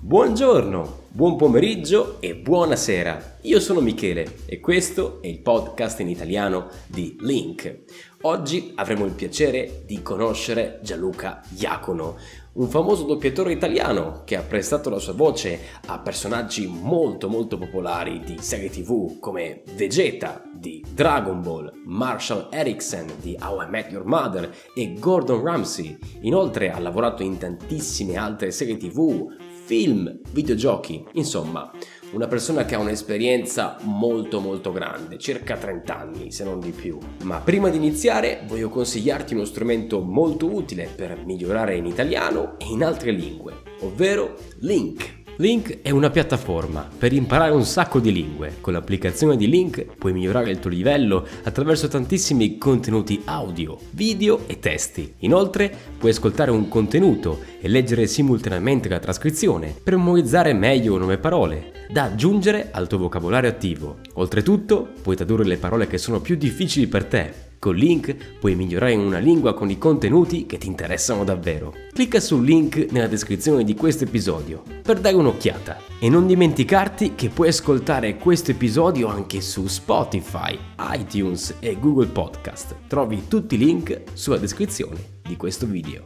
Buongiorno, buon pomeriggio e buonasera. Io sono Michele e questo è il podcast in italiano di Link. Oggi avremo il piacere di conoscere Gianluca Iacono, un famoso doppiatore italiano che ha prestato la sua voce a personaggi molto popolari di serie TV come Vegeta di Dragon Ball, Marshall Eriksen di How I Met Your Mother e Gordon Ramsay. Inoltre ha lavorato in tantissime altre serie TV, film, videogiochi, insomma, una persona che ha un'esperienza molto grande, circa 30 anni se non di più. Ma prima di iniziare voglio consigliarti uno strumento molto utile per migliorare in italiano e in altre lingue, ovvero Link. Link è una piattaforma per imparare un sacco di lingue. Con l'applicazione di Link puoi migliorare il tuo livello attraverso tantissimi contenuti audio, video e testi. Inoltre puoi ascoltare un contenuto e leggere simultaneamente la trascrizione per memorizzare meglio nuove parole da aggiungere al tuo vocabolario attivo. Oltretutto puoi tradurre le parole che sono più difficili per te. Con Link puoi migliorare in una lingua con i contenuti che ti interessano davvero. Clicca sul link nella descrizione di questo episodio per dare un'occhiata. E non dimenticarti che puoi ascoltare questo episodio anche su Spotify, iTunes e Google Podcast. Trovi tutti i link sulla descrizione di questo video.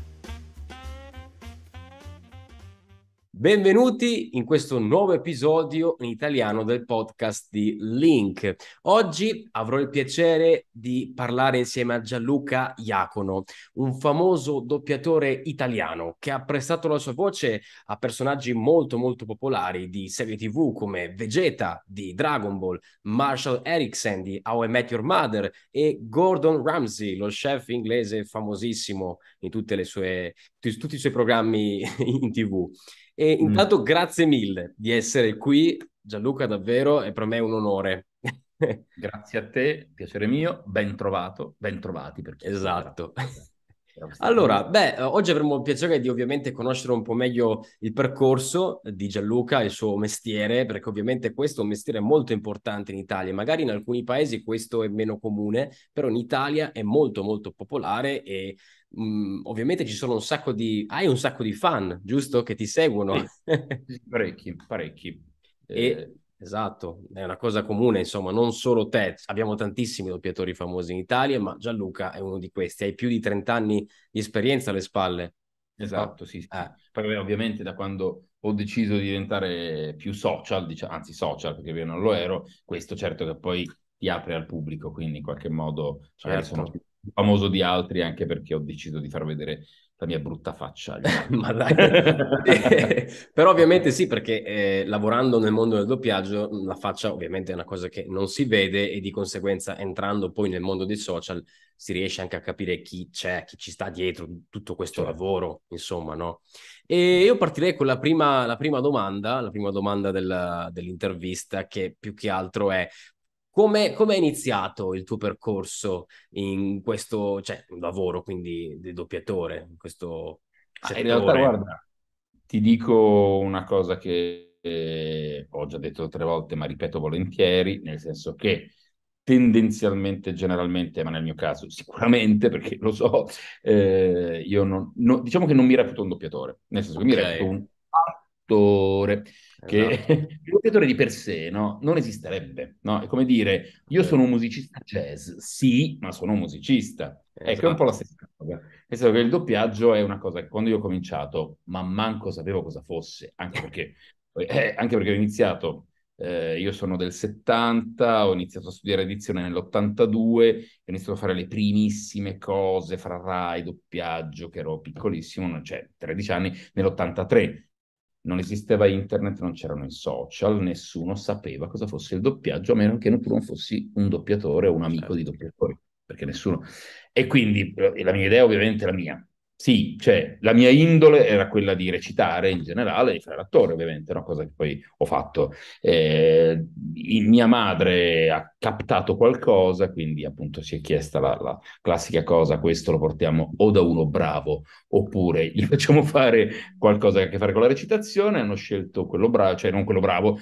Benvenuti in questo nuovo episodio in italiano del podcast di Link. Oggi avrò il piacere di parlare insieme a Gianluca Iacono, un famoso doppiatore italiano che ha prestato la sua voce a personaggi molto popolari di serie TV come Vegeta di Dragon Ball, Marshall Eriksen di How I Met Your Mother e Gordon Ramsay, lo chef inglese famosissimo in tutti i suoi programmi in TV. E intanto grazie mille di essere qui, Gianluca, davvero, è per me un onore. Grazie a te, piacere mio, ben trovato, ben trovati per chi ascolterà. Esatto. Allora, oggi avremo il piacere di ovviamente conoscere un po' meglio il percorso di Gianluca, il suo mestiere, perché ovviamente questo è un mestiere molto importante in Italia. Magari in alcuni paesi questo è meno comune, però in Italia è molto popolare e ovviamente ci sono hai un sacco di fan, giusto? Che ti seguono. Sì, sì, parecchi. E esatto, è una cosa comune, insomma, non solo te, abbiamo tantissimi doppiatori famosi in Italia, ma Gianluca è uno di questi, hai più di 30 anni di esperienza alle spalle. No? Esatto, sì. Poi vabbè, ovviamente da quando ho deciso di diventare più social, anzi social, perché prima non lo ero, questo certo che poi ti apre al pubblico, quindi in qualche modo magari sono Certo. più famoso di altri anche perché ho deciso di far vedere la mia brutta faccia agli Ma altri. dai, però ovviamente sì, perché lavorando nel mondo del doppiaggio la faccia ovviamente è una cosa che non si vede e di conseguenza entrando poi nel mondo dei social si riesce anche a capire chi c'è, chi ci sta dietro tutto questo Cioè, lavoro, insomma, no? E io partirei con la prima domanda dell'intervista, che più che altro è come è iniziato il tuo percorso in questo, cioè, lavoro, quindi di doppiatore, in questo in realtà, settore? guarda, ti dico una cosa che ho già detto 3 volte, ma ripeto volentieri, nel senso che tendenzialmente, generalmente, ma nel mio caso sicuramente, perché lo so, io diciamo che non mi reputo un doppiatore, nel senso che mi Ok, reputo un attore, che esatto, il doppiatore di per sé, no, non esisterebbe, no? È come dire, io vero, sono un musicista jazz, sì, ma sono un musicista. Ecco, è un po' la esatto. stessa cosa. Nel senso che il doppiaggio è una cosa che quando io ho cominciato, ma manco sapevo cosa fosse, anche perché ho iniziato, io sono del 70, ho iniziato a studiare edizione nell'82, ho iniziato a fare le primissime cose fra Rai, doppiaggio, che ero piccolissimo, cioè 13 anni, nell'83. Non esisteva internet, non c'erano i social, nessuno sapeva cosa fosse il doppiaggio, a meno che tu non fossi un doppiatore o un amico di Certo. doppiatori, perché nessuno. E quindi la mia idea ovviamente è la mia. Sì, cioè la mia indole era quella di recitare in generale, di fare l'attore ovviamente, una cosa che poi ho fatto. Mia madre ha captato qualcosa, quindi appunto si è chiesta la classica cosa, questo lo portiamo o da uno bravo oppure gli facciamo fare qualcosa che ha a che fare con la recitazione, hanno scelto quello bravo, cioè non quello bravo,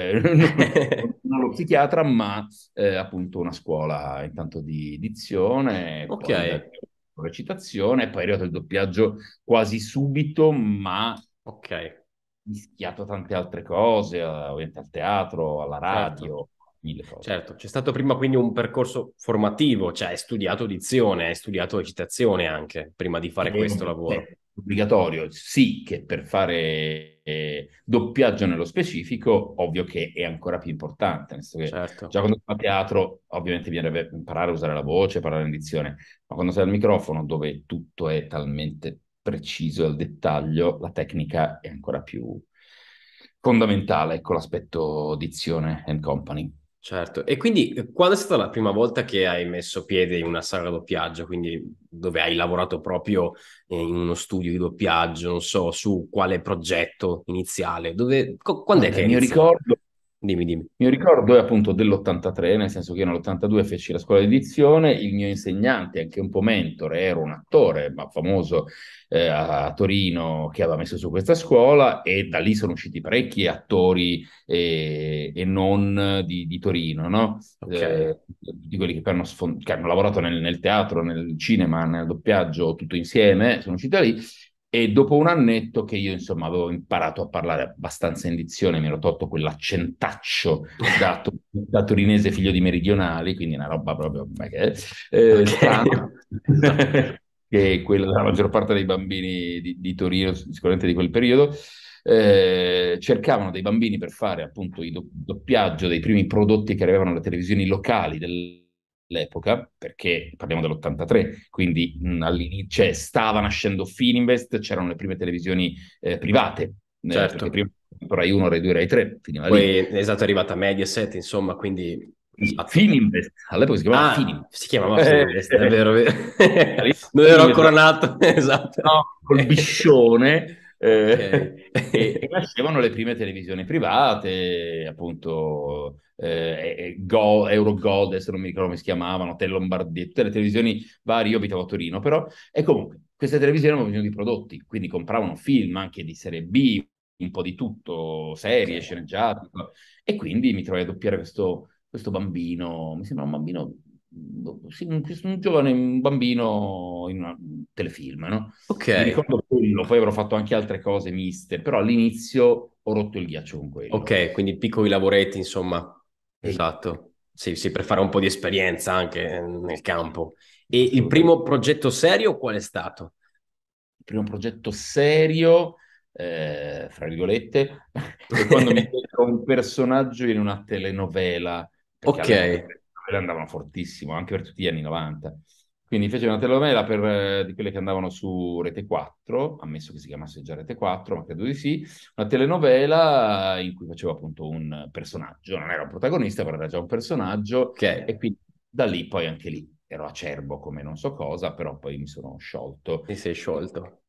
non lo psichiatra, ma appunto una scuola intanto di dizione, Ok, poi da recitazione, poi è arrivato il doppiaggio quasi subito, ma ok, mischiato tante altre cose, ovviamente al teatro, alla certo. radio, mille cose. Certo, c'è stato prima quindi un percorso formativo, cioè hai studiato dizione, hai studiato recitazione anche prima di fare questo lavoro. Obbligatorio, sì, che per fare doppiaggio nello specifico, ovvio che è ancora più importante, nel senso che già Certo. quando si fa teatro, ovviamente bisognerebbe imparare a usare la voce, parlare in dizione, ma quando sei al microfono, dove tutto è talmente preciso al dettaglio, la tecnica è ancora più fondamentale, ecco l'aspetto dizione and company. Certo, e quindi quando è stata la prima volta che hai messo piede in una sala doppiaggio, quindi dove hai lavorato proprio in uno studio di doppiaggio, non so, su quale progetto iniziale, quando è Guarda, che hai iniziato? Dimmi, dimmi. il mio ricordo è appunto dell'83, nel senso che io nell'82 feci la scuola di edizione, il mio insegnante, anche un po' mentore, era un attore ma famoso a Torino che aveva messo su questa scuola e da lì sono usciti parecchi attori e non di Torino, no? Ok, Di quelli che hanno lavorato nel teatro, nel cinema, nel doppiaggio, tutto insieme, sono usciti da lì. E dopo un annetto che io, insomma, avevo imparato a parlare abbastanza in dizione, mi ero tolto quell'accentaccio da torinese figlio di meridionali, quindi una roba proprio ok. strana, Esatto. che è quella della maggior parte dei bambini di Torino, sicuramente di quel periodo. Cercavano dei bambini per fare appunto il doppiaggio dei primi prodotti che arrivavano alle televisioni locali dell'epoca, perché parliamo dell'83, quindi all'inizio stava nascendo Fininvest, c'erano le prime televisioni private, perché Certo. prima Rai 1, Rai 2, Rai 3, finiva lì. Poi, esatto, è arrivata Mediaset, insomma, quindi, esatto. Fininvest, all'epoca si chiamava Ah, Fininvest. si chiamava Fininvest, è vero, è vero. Non ero Fininvest, ancora nato, esatto. no, col biscione, Ok. e nascevano le prime televisioni private, appunto Eurogold, se non mi ricordo come si chiamavano, Tele Lombardia, tutte le televisioni varie, io abitavo a Torino, però, e comunque, queste televisioni avevano bisogno di prodotti, quindi compravano film anche di serie B, un po' di tutto, Ok. serie, sceneggiate, e quindi mi trovai a doppiare questo bambino, mi sembra un bambino, sì, un giovane, un bambino in un telefilm, no? Ok, Mi ricordo quello, poi avrò fatto anche altre cose miste, però all'inizio ho rotto il ghiaccio con quello. ok, quindi piccoli lavoretti, insomma, E esatto. Sì, sì, per fare un po' di esperienza anche nel campo. E il assolutamente. primo progetto serio qual è stato? Il primo progetto serio, fra virgolette, è quando mi fecero un personaggio in una telenovela, perché Ok, all'epoca le telenovele andavano fortissimo, anche per tutti gli anni 90. Quindi fece una telenovela di quelle che andavano su Rete 4, ammesso che si chiamasse già Rete 4, ma credo di sì, una telenovela in cui facevo appunto un personaggio, non era un protagonista, però era già un personaggio, ok, e quindi da lì poi anche lì ero acerbo come non so cosa, però poi mi sono sciolto. ti sei sciolto.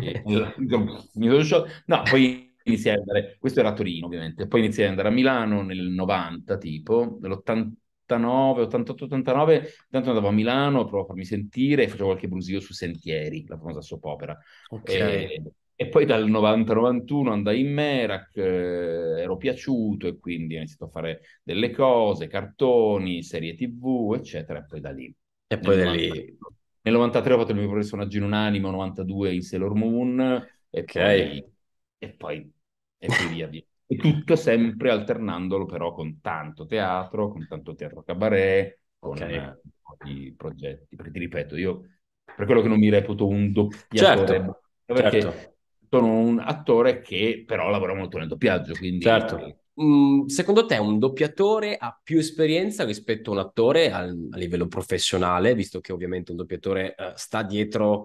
Mi sono no, poi iniziai ad andare, questo era a Torino ovviamente, poi iniziai ad andare a Milano nel 90 tipo, nell'89, 88, 89, intanto andavo a Milano, provo a farmi sentire e facevo qualche brusio su Sentieri, la famosa soap opera. Ok, E poi dal 90-91 andai in Merak, ero piaciuto e quindi ho iniziato a fare delle cose, cartoni, serie TV, eccetera, e poi da lì, e nel poi da 90. lì, Nel 93 ho fatto il mio personaggio in un anime, 92 in Sailor Moon e ok, poi, e poi, e poi via via. E tutto sempre alternandolo però con tanto teatro cabaret, ok. con i progetti. Perché ti ripeto, io per quello che non mi reputo un doppiatore, Certo, perché certo. sono un attore che però lavora molto nel doppiaggio, quindi Certo. Secondo te un doppiatore ha più esperienza rispetto a un attore a livello professionale, visto che ovviamente un doppiatore sta dietro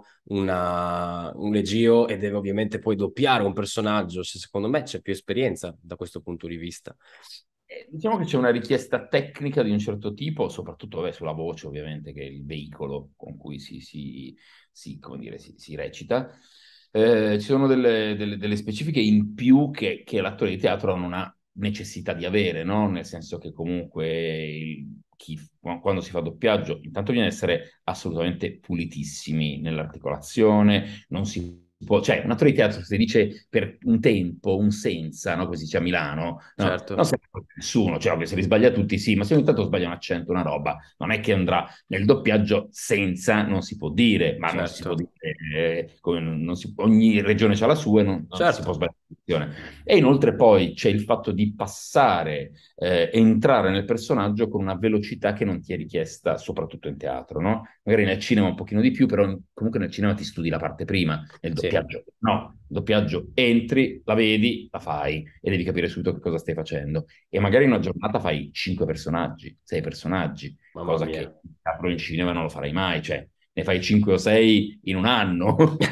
un legio e deve ovviamente poi doppiare un personaggio? Secondo me c'è più esperienza da questo punto di vista. diciamo che c'è una richiesta tecnica di un certo tipo, soprattutto vabbè, sulla voce, ovviamente, che è il veicolo con cui come dire, si recita. Ci sono delle specifiche in più che l'attore di teatro non ha necessità di avere, no? Nel senso che comunque quando si fa doppiaggio, intanto bisogna essere assolutamente pulitissimi nell'articolazione, non si può, cioè un attore di teatro si dice per un tempo, un senza, no? Come si dice a Milano, no? Non Certo, sempre nessuno, cioè ovvio, se li sbaglia tutti sì, ma se ogni tanto sbaglia un accento, una roba, non è che andrà nel doppiaggio senza, non si può dire, ma non si può certo, dire, ogni regione ha la sua e non si può certo. sbagliare. E inoltre poi c'è il fatto di passare, entrare nel personaggio con una velocità che non ti è richiesta, soprattutto in teatro, no? Magari nel cinema un pochino di più, però comunque nel cinema ti studi la parte prima, nel Sì, doppiaggio no, il doppiaggio entri, la vedi, la fai e devi capire subito che cosa stai facendo. E magari in una giornata fai 5 personaggi, 6 personaggi, mamma cosa mia. che in teatro o in cinema non lo farai mai, cioè ne fai 5 o 6 in un anno.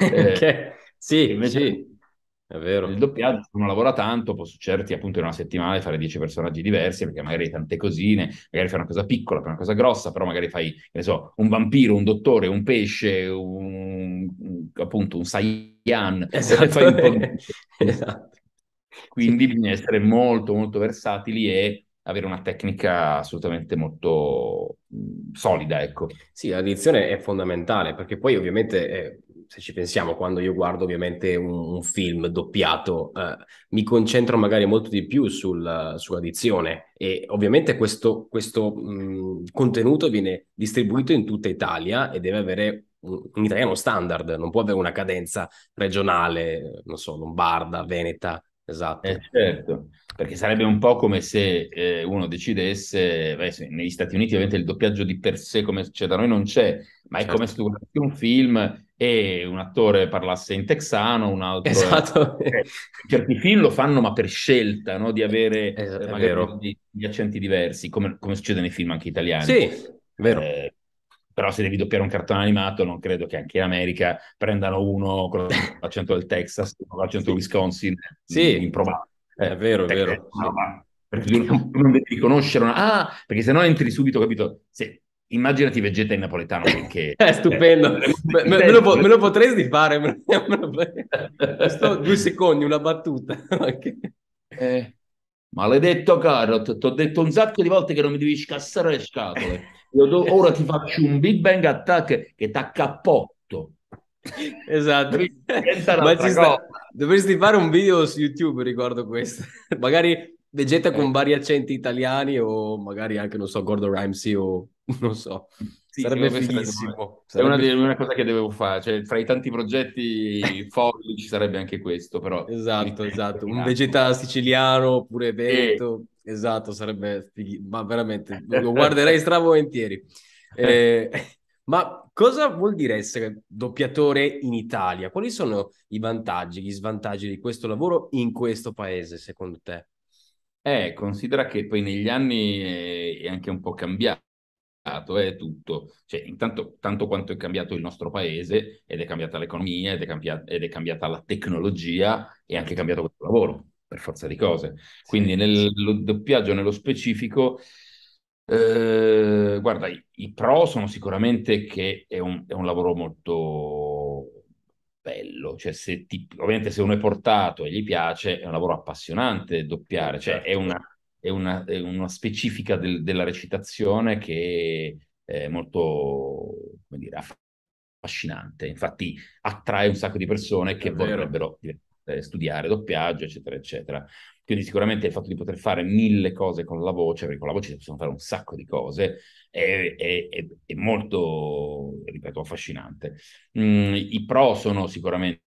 Sì, Invece sì, è il vero. doppiaggio, se uno lavora tanto, può succederti appunto in una settimana di fare 10 personaggi diversi, perché magari hai tante cosine, magari fai una cosa piccola, fai una cosa grossa, però magari fai, che ne so, un vampiro, un dottore, un pesce, appunto un Saiyan, fai Esatto, un po' di... esatto. Sì. Quindi bisogna essere molto, molto versatili e avere una tecnica assolutamente molto solida, ecco. Sì, la dizione è fondamentale perché poi ovviamente, se ci pensiamo, quando io guardo ovviamente un film doppiato, mi concentro magari molto di più sulla dizione e ovviamente questo contenuto viene distribuito in tutta Italia e deve avere un italiano standard, non può avere una cadenza regionale, non so, lombarda, veneta, esatto. Certo, perché sarebbe un po' come se uno decidesse, beh, sì, negli Stati Uniti ovviamente il doppiaggio di per sé come c'è da noi non c'è, ma è come Certo. se tu guardassi un film e un attore parlasse in texano, un altro... Esatto, certi film lo fanno ma per scelta, no? Di avere è magari vero. degli accenti diversi, come succede nei film anche italiani. Sì, è vero. Eh, Però se devi doppiare un cartone animato, non credo che anche in America prendano uno con l'accento del Texas, con l'accento del Sì, Wisconsin, sì, improbabile. è vero, sì. Perché tu non devi riconoscere, perché se no entri subito, capito? Se, immaginati Vegeta in napoletano È stupendo. Me lo potresti fare? Giusto 2 secondi, una battuta. Eh, maledetto Carrot, ti ho detto un sacco di volte che non mi devi scassare le scatole. Ora ti faccio un Big Bang Attack che t'accappotto. Esatto. Capito? Diventa Ma un'altra cosa. dovresti fare un video su YouTube riguardo questo. Magari Vegeta con Eh, vari accenti italiani o magari anche, non so, Gordon Ramsay o non so. Sì, Sarebbe secondo me fighissimo. è Sarebbe una cosa che devo fare, cioè fra i tanti progetti folli ci sarebbe anche questo, però Esatto, devi esatto. Un terminarlo. vegeta siciliano oppure E, veneto. Esatto, sarebbe ma veramente lo guarderei stravolentieri. Eh, ma cosa vuol dire essere doppiatore in Italia? Quali sono i vantaggi, gli svantaggi di questo lavoro in questo paese, secondo te? considera che poi negli anni è anche un po' cambiato, è tutto. Cioè, intanto, tanto quanto è cambiato il nostro paese, ed è cambiata l'economia, ed è cambiata la tecnologia, è anche Certo. cambiato questo lavoro, per forza di cose. Sì, Quindi nel doppiaggio, nello specifico, guarda, i pro sono sicuramente che è un lavoro molto bello, cioè ovviamente se uno è portato e gli piace, è un lavoro appassionante doppiare, cioè certo. è una specifica della recitazione che è molto, come dire, affascinante. Infatti attrae un sacco di persone È che vero. vorrebbero studiare doppiaggio, eccetera, eccetera. Quindi sicuramente il fatto di poter fare mille cose con la voce, perché con la voce si possono fare un sacco di cose, è molto, ripeto, affascinante. I pro sono sicuramente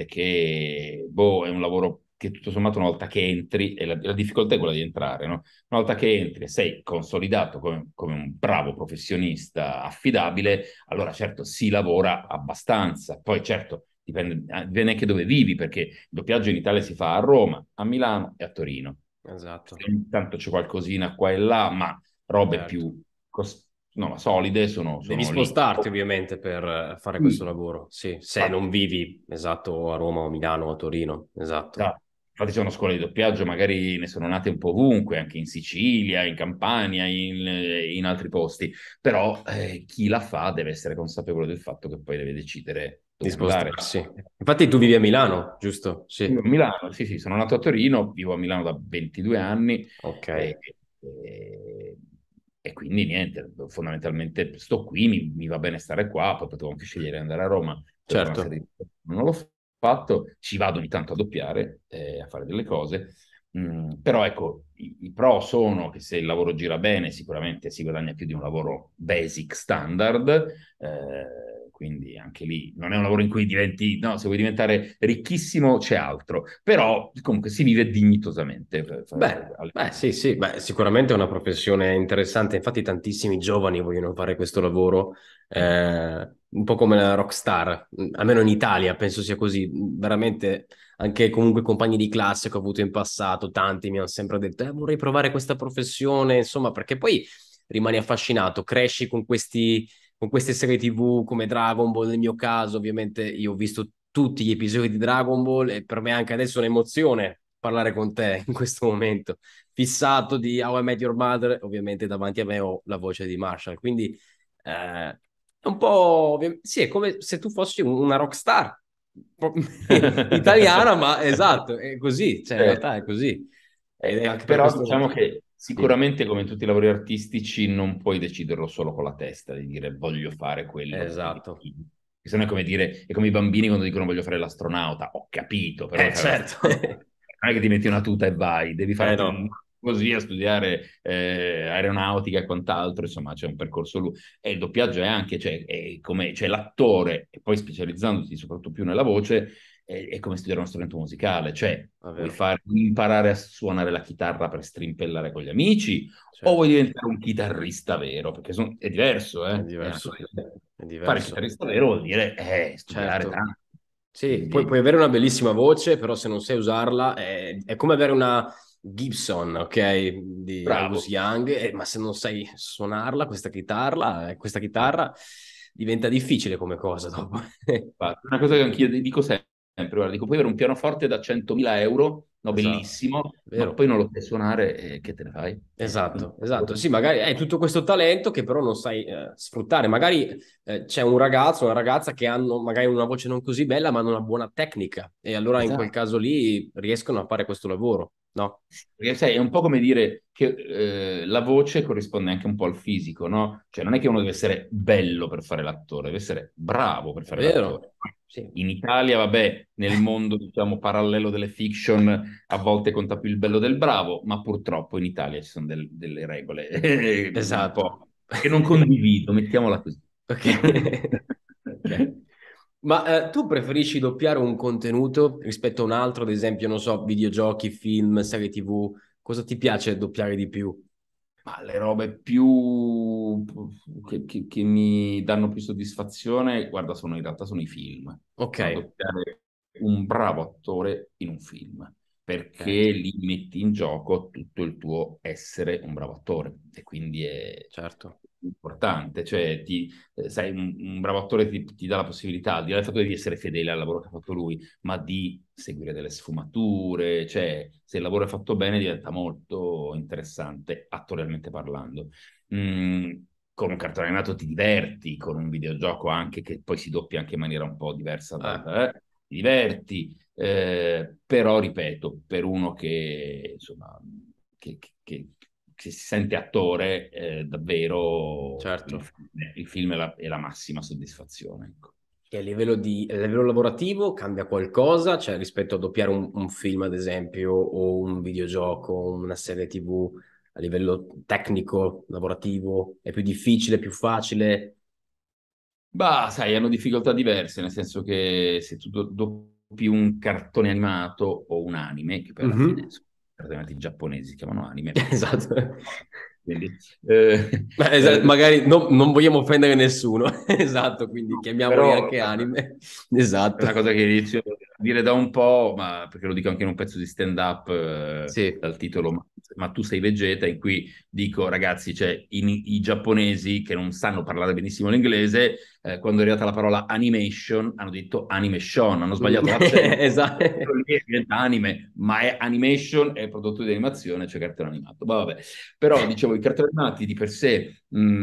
che boh, è un lavoro che tutto sommato una volta che entri, e la difficoltà è quella di entrare, no? Una volta che entri e sei consolidato come un bravo professionista affidabile, allora certo si lavora abbastanza. Poi certo dipende anche dove vivi, perché il doppiaggio in Italia si fa a Roma, a Milano e a Torino. Esatto, Ogni tanto c'è qualcosina qua e là, ma robe certo. più no, solide Devi sono lì. spostarti ovviamente per fare questo Sì, lavoro, sì, se non infatti, vivi, esatto, a Roma o a Milano o a Torino, esatto. infatti c'è una scuola di doppiaggio, magari ne sono nate un po' ovunque, anche in Sicilia, in Campania, in altri posti, però chi la fa deve essere consapevole del fatto che poi deve decidere Di dove andare. spostarsi. Infatti tu vivi a Milano, giusto? Vivo Sì, a Milano, sì, sì, sono nato a Torino, vivo a Milano da 22 anni ok, e, e quindi niente, fondamentalmente sto qui, mi va bene stare qua, poi potevo anche scegliere di andare a Roma per una certo. serie di cose. Non l'ho fatto, ci vado ogni tanto a doppiare, a fare delle cose. Però ecco, i pro sono che se il lavoro gira bene, sicuramente si guadagna più di un lavoro basic standard, quindi anche lì non è un lavoro in cui diventi, no, se vuoi diventare ricchissimo c'è altro, però comunque si vive dignitosamente. Beh, sì, sì, beh, sicuramente è una professione interessante, infatti tantissimi giovani vogliono fare questo lavoro, un po' come la rockstar, almeno in Italia penso sia così, veramente anche comunque compagni di classe che ho avuto in passato, tanti mi hanno sempre detto, vorrei provare questa professione, insomma, perché poi rimani affascinato, cresci con queste serie TV come Dragon Ball, nel mio caso, ovviamente io ho visto tutti gli episodi di Dragon Ball e per me anche adesso è un'emozione parlare con te in questo momento. Fissato di How I Met Your Mother, ovviamente davanti a me ho la voce di Marshall, quindi è un po'... Sì, è come se tu fossi una rockstar italiana, ma esatto, è così, cioè in realtà è così. Ed è anche per Però questo diciamo motivo. che Dimmi. sicuramente come in tutti i lavori artistici non puoi deciderlo solo con la testa, di dire voglio fare quello perché ti... Esatto. Se no è come dire, è come i bambini quando dicono voglio fare l'astronauta, ho capito, però vuoi fare Certo. l'astronauta, non è che ti metti una tuta e vai, devi farti un... No, così a studiare aeronautica e quant'altro, insomma c'è un percorso lungo. E il doppiaggio è anche, cioè, è come, cioè l'attore, e poi specializzandoti soprattutto più nella voce, è come studiare uno strumento musicale, cioè è vuoi vero. imparare a suonare la chitarra per strimpellare con gli amici o vuoi Certo, diventare un chitarrista vero? Perché è diverso, è è diverso. assolutamente... È Fare il diverso. chitarrista vero vuol dire studiare Certo. tanto. Sì, Quindi, puoi avere una bellissima voce, però se non sai usarla è come avere una Gibson, ok, di Angus bravo. Young, ma se non sai suonarla, questa chitarra diventa difficile come cosa dopo. Infatti, una cosa che anch'io dico sempre, guarda, dico, puoi avere un pianoforte da 100.000 euro, no, Esatto, bellissimo, ma vero. poi non lo sai suonare, che te ne fai? Quindi, Esatto, esatto. Sì, magari hai tutto questo talento che però non sai sfruttare. Magari c'è un ragazzo, una ragazza che hanno magari una voce non così bella, ma hanno una buona tecnica. E allora in quel esatto. caso lì riescono a fare questo lavoro, no? Perché sai, è un po' come dire che la voce corrisponde anche un po' al fisico, no? Cioè non è che uno deve essere bello per fare l'attore, deve essere bravo per È fare l'attore. vero? Sì. In Italia, vabbè, nel mondo, diciamo, parallelo delle fiction, a volte conta più il bello del bravo, ma purtroppo in Italia ci sono delle regole un Esatto. po' che non condivido, mettiamola così. Ok. Ok. Ma tu preferisci doppiare un contenuto rispetto a un altro, ad esempio, non so, videogiochi, film, serie TV? Cosa ti piace doppiare di più? Ma le robe più che mi danno più soddisfazione, guarda, in realtà sono i film. Ok, Sono doppiare un bravo attore in un film, perché ok, lì metti in gioco tutto il tuo essere un bravo attore e quindi è certo. importante. Cioè, sai, un bravo attore ti dà la possibilità, al di là del fatto di essere fedele al lavoro che ha fatto lui, ma di seguire delle sfumature, cioè se il lavoro è fatto bene diventa molto interessante, attorialmente parlando. Mm, con un cartone animato ti diverti, con un videogioco anche che poi si doppia anche in maniera un po' diversa ti diverti, però ripeto, per uno che insomma che, che- che- che si sente attore, davvero Certo. il film è la massima soddisfazione. Ecco. E a livello lavorativo cambia qualcosa? Cioè, rispetto a doppiare un film, ad esempio, o un videogioco, una serie TV, a livello tecnico, lavorativo, è più difficile, più facile? Bah, sai, hanno difficoltà diverse, nel senso che se tu doppi un cartone animato o un anime, che poi alla fine Mhm. sono cartoni animati giapponesi, si chiamano anime perché sono... Esatto. Quindi, eh, eh, Magari non vogliamo offendere nessuno, esatto, quindi chiamiamoli però anche guarda, anime, è esatto. una cosa che inizio a dire da un po', ma perché lo dico anche in un pezzo di stand-up Sì, dal titolo ma tu sei Vegeta, in cui dico, ragazzi, cioè i giapponesi che non sanno parlare benissimo l'inglese, quando è arrivata la parola animation, hanno detto animation, hanno sbagliato l'accento, esatto. lì diventa anime, ma è animation, è prodotto di animazione, cioè cartone animato. Ma vabbè. Però, dicevo, i cartoni animati di per sé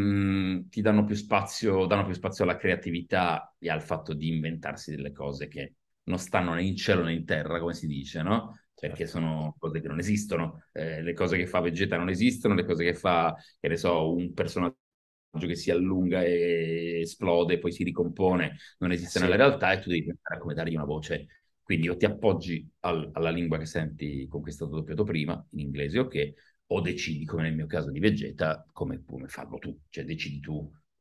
ti danno più spazio alla creatività e al fatto di inventarsi delle cose che non stanno né in cielo né in terra, come si dice, no? Perché Certo. sono cose che non esistono. Le cose che fa Vegeta non esistono, le cose che fa, che ne so, un personaggio che si allunga e esplode, poi si ricompone, non esiste nella Sì. realtà e tu devi pensare a come dargli una voce. Quindi o ti appoggi alla lingua che senti con cui è stato doppiato prima, in inglese o che, o decidi, come nel mio caso di Vegeta, come farlo tu, cioè decidi tu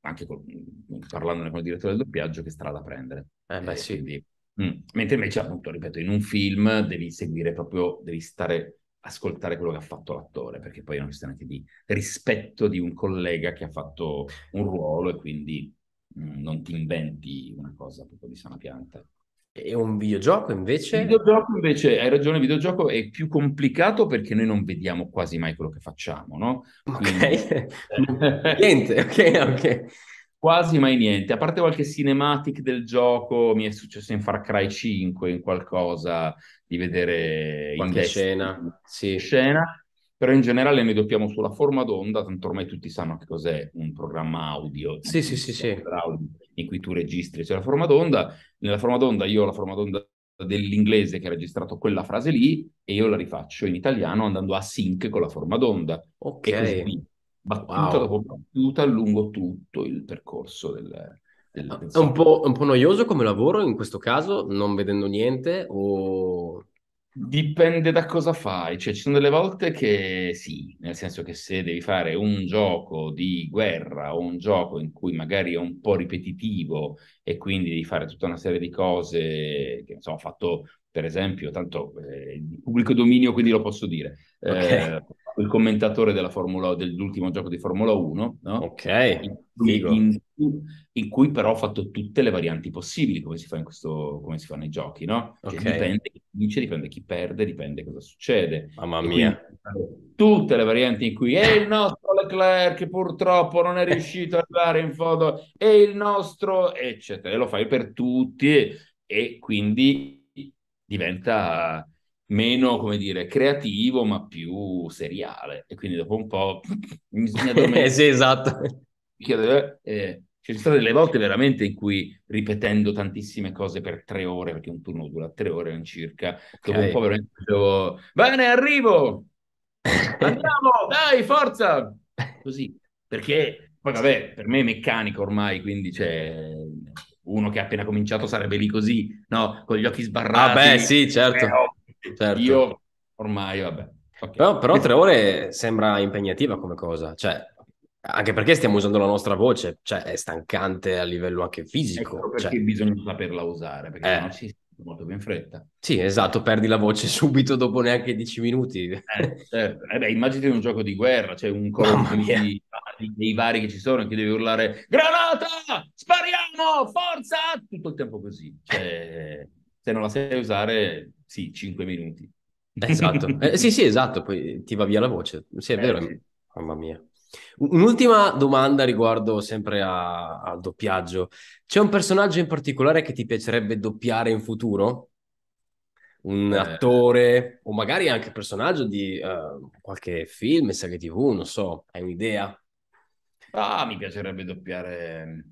anche parlandone con il direttore del doppiaggio, che strada prendere. Beh sì. Quindi, mentre invece, appunto, ripeto, in un film devi seguire proprio, devi stare, ascoltare quello che ha fatto l'attore, perché poi è una questione anche di rispetto di un collega che ha fatto un ruolo e quindi non ti inventi una cosa proprio di sana pianta. E un videogioco Il invece? videogioco invece, hai ragione, il videogioco è più complicato perché noi non vediamo quasi mai quello che facciamo, no? Ok. Quindi Niente, ok, ok. quasi mai niente, a parte qualche cinematic del gioco, mi è successo in Far Cry 5, in qualcosa, di vedere in Qualche Destiny scena, sì. scena, però in generale noi doppiamo sulla forma d'onda, tanto ormai tutti sanno che cos'è un programma audio, Sì, sì, un sì, sì. software audio in cui tu registri sulla forma d'onda. Nella forma d'onda io ho la forma d'onda dell'inglese che ha registrato quella frase lì e io la rifaccio in italiano andando a sync con la forma d'onda Ok. e così via, battuta Wow. dopo battuta lungo tutto il percorso del È software. un po' noioso come lavoro in questo caso, non vedendo niente, o... Dipende da cosa fai, cioè ci sono delle volte che sì, nel senso che se devi fare un gioco di guerra o un gioco in cui magari è un po' ripetitivo e quindi devi fare tutta una serie di cose che insomma ho fatto per esempio, tanto di pubblico dominio quindi lo posso dire, Ok, il commentatore della dell'ultimo gioco di Formula 1, no? ok, In cui, figo. in in cui però ho fatto tutte le varianti possibili, come si fa in questo, come si fa nei giochi, no? Cioè Ok, dipende chi vince, dipende chi perde, dipende cosa succede. mamma E mia. quindi tutte le varianti in cui è il nostro Leclerc che purtroppo non è riuscito ad arrivare in fondo, è il nostro, eccetera. E lo fai per tutti e quindi diventa meno, come dire, creativo, ma più seriale. E quindi dopo un po' mi addormento. Sì, esatto. Ci sono state delle volte veramente in cui ripetendo tantissime cose per 3 ore, perché un turno dura 3 ore all'incirca, Ok. dopo un po' veramente dicevo, bene, arrivo, andiamo, dai, forza! Così, perché poi vabbè, per me è meccanico ormai, quindi c'è uno che ha appena cominciato sarebbe lì così, no? Con gli occhi Ah beh, sbarrati. sì, certo, certo. Io ormai, vabbè, ok. Però 3 ore sembra impegnativa come cosa, cioè, anche perché stiamo usando la nostra voce, cioè è stancante a livello anche Ecco fisico, perché cioè, bisogna saperla usare, perché sennò eh, ci si molto più in fretta. sì, esatto, perdi la voce subito dopo neanche 10 minuti. Certo. Beh, immaginati un gioco di guerra, c'è un Call of Mamma mia. Duty dei vari che ci sono, in cui devi urlare granata, spariamo, forza, tutto il tempo così. Cioè, se non la sai usare, sì, 5 minuti. Esatto, sì, sì, esatto, poi ti va via la voce, sì, è vero, Sì. mamma mia. Un'ultima domanda riguardo sempre al doppiaggio. C'è un personaggio in particolare che ti piacerebbe doppiare in futuro? Un Eh, attore o magari anche personaggio di qualche film, serie TV, non so, hai un'idea? mi piacerebbe doppiare.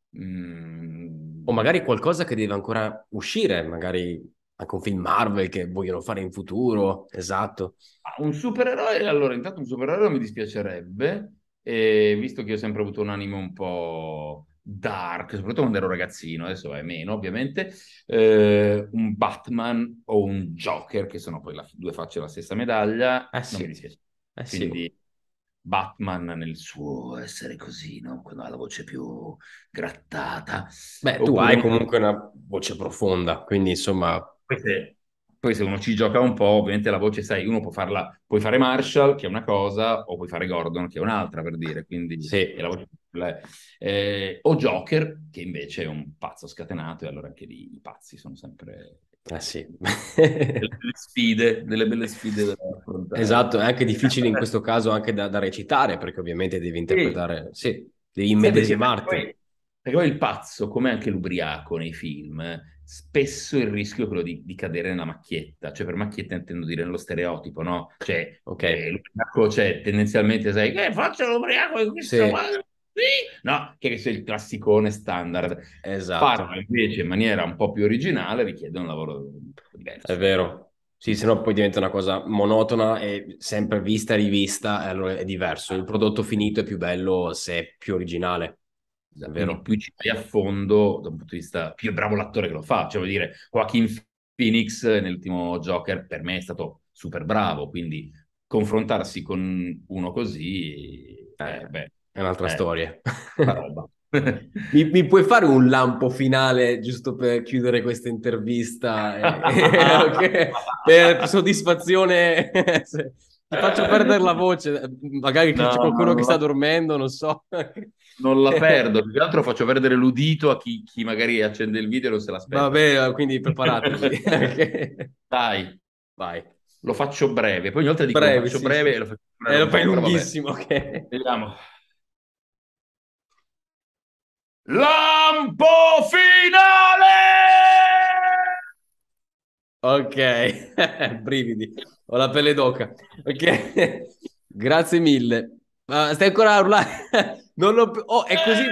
O magari mm, qualcosa che deve ancora uscire, magari anche un film Marvel che vogliono fare in futuro, esatto. Un supereroe, allora, intanto un supereroe mi dispiacerebbe, visto che ho sempre avuto un animo un po' dark, soprattutto quando ero ragazzino, adesso è meno, ovviamente, un Batman o un Joker, che sono poi due facce della stessa medaglia, Eh non mi sì, dispiace. eh sì. Quindi Batman nel suo essere così, no? Quando ha la voce più grattata, Beh, tu oppure hai un comunque una voce profonda, quindi insomma, poi se uno ci gioca un po', ovviamente la voce, sai, uno può farla, puoi fare Marshall, che è una cosa, o puoi fare Gordon, che è un'altra, per dire, quindi e sì, la voce o Joker, che invece è un pazzo scatenato, e allora anche lì i pazzi sono sempre eh sì. delle belle sfide da affrontare. Esatto, è anche difficile in questo caso anche da recitare, perché ovviamente devi Sì, interpretare, sì, devi sai perché? immedesimarti. Perché poi il pazzo, come anche l'ubriaco nei film, spesso il rischio è quello di cadere nella macchietta. Cioè, per macchietta intendo dire nello stereotipo, no? Cioè, Ok, l'ubriaco, cioè, tendenzialmente sai, che faccio l'ubriaco in questo sì, modo? Sì! No, che sia il classicone standard. Farlo esatto, invece in maniera un po' più originale richiede un lavoro un po' è diverso. vero. Sì, se no poi diventa una cosa monotona e sempre vista e rivista, e allora è diverso. Il prodotto finito è più bello se è più originale, è Quindi vero. più ci vai a fondo da un punto di vista, più è bravo l'attore che lo fa. Cioè, vuol dire, Joaquin Phoenix nell'ultimo Joker per me è stato super bravo, quindi confrontarsi con uno così, Eh, beh, è un'altra storia. tanta roba. Mi puoi fare un lampo finale giusto per chiudere questa intervista? Per soddisfazione, ti faccio perdere la voce, magari che c'è No, qualcuno che non sta la, dormendo, non so. non la perdo, più che altro faccio perdere l'udito a chi magari accende il video e non se l'aspetta. Vabbè, quindi preparatevi. Dai, Vai. lo faccio breve, poi ogni volta dico lo Breve, faccio sì, sì. breve e lo faccio durare Lo un fai po', però vabbè, lunghissimo, ok. vediamo. Lampo finale! Ok, brividi, ho la pelle d'oca. Ok, grazie mille. Stai ancora a urlare? Non l'ho più... Oh, è così...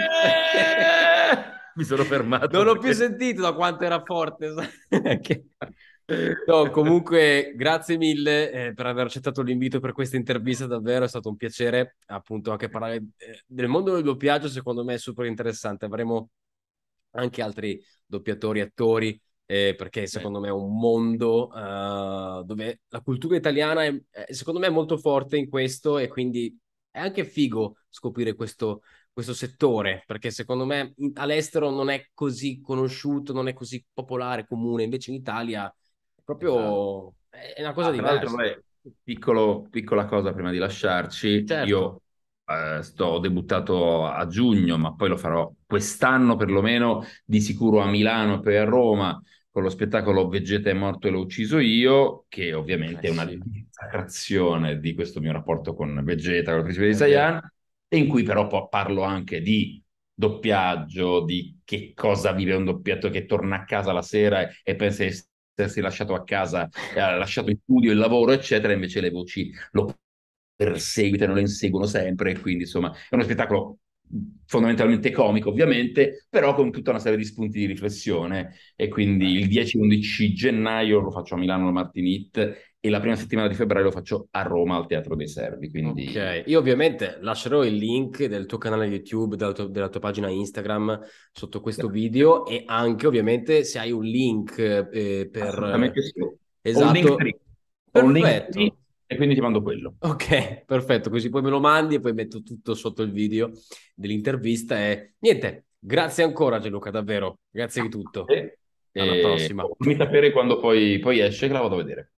Mi sono fermato Non l'ho più perché... sentito da quanto era forte. Ok. No, comunque, grazie mille per aver accettato l'invito per questa intervista, davvero è stato un piacere, appunto, anche parlare del mondo del doppiaggio, secondo me è super interessante. Avremo anche altri doppiatori, attori, perché secondo me è un mondo dove la cultura italiana secondo me è molto forte in questo e quindi è anche figo scoprire questo settore, perché secondo me all'estero non è così conosciuto, non è così popolare, comune, invece in Italia è Esatto. proprio è una cosa Ah, tra l'altro, diversa. vabbè, piccola cosa prima di lasciarci, Certo. io sto debuttato a giugno, ma poi lo farò quest'anno perlomeno, di sicuro a Milano e poi a Roma, con lo spettacolo Vegeta è morto e l'ho ucciso io, che ovviamente è una Sì, dissacrazione di questo mio rapporto con Vegeta, con il principe di è vero. Saiyan, e in cui però parlo anche di doppiaggio, di che cosa vive un doppiatore che torna a casa la sera e pensa di essersi lasciato a casa, ha lasciato il studio, il lavoro, eccetera, invece le voci lo perseguitano, lo inseguono sempre, e quindi insomma è uno spettacolo fondamentalmente comico, ovviamente, però con tutta una serie di spunti di riflessione, e quindi Beh. il 10-11 gennaio lo faccio a Milano al Martinit e la prima settimana di febbraio lo faccio a Roma al Teatro dei Servi, quindi Ok, io ovviamente lascerò il link del tuo canale YouTube, della tua pagina Instagram sotto questo video e anche ovviamente se hai un link assolutamente sì. Ho un link Esatto, tree, ho un link tree perfetto. e quindi ti mando quello. Ok, perfetto, così poi me lo mandi e poi metto tutto sotto il video dell'intervista e niente, grazie ancora Gianluca, davvero, grazie di tutto. E, Alla prossima. fammi sapere quando poi esce che la vado a vedere.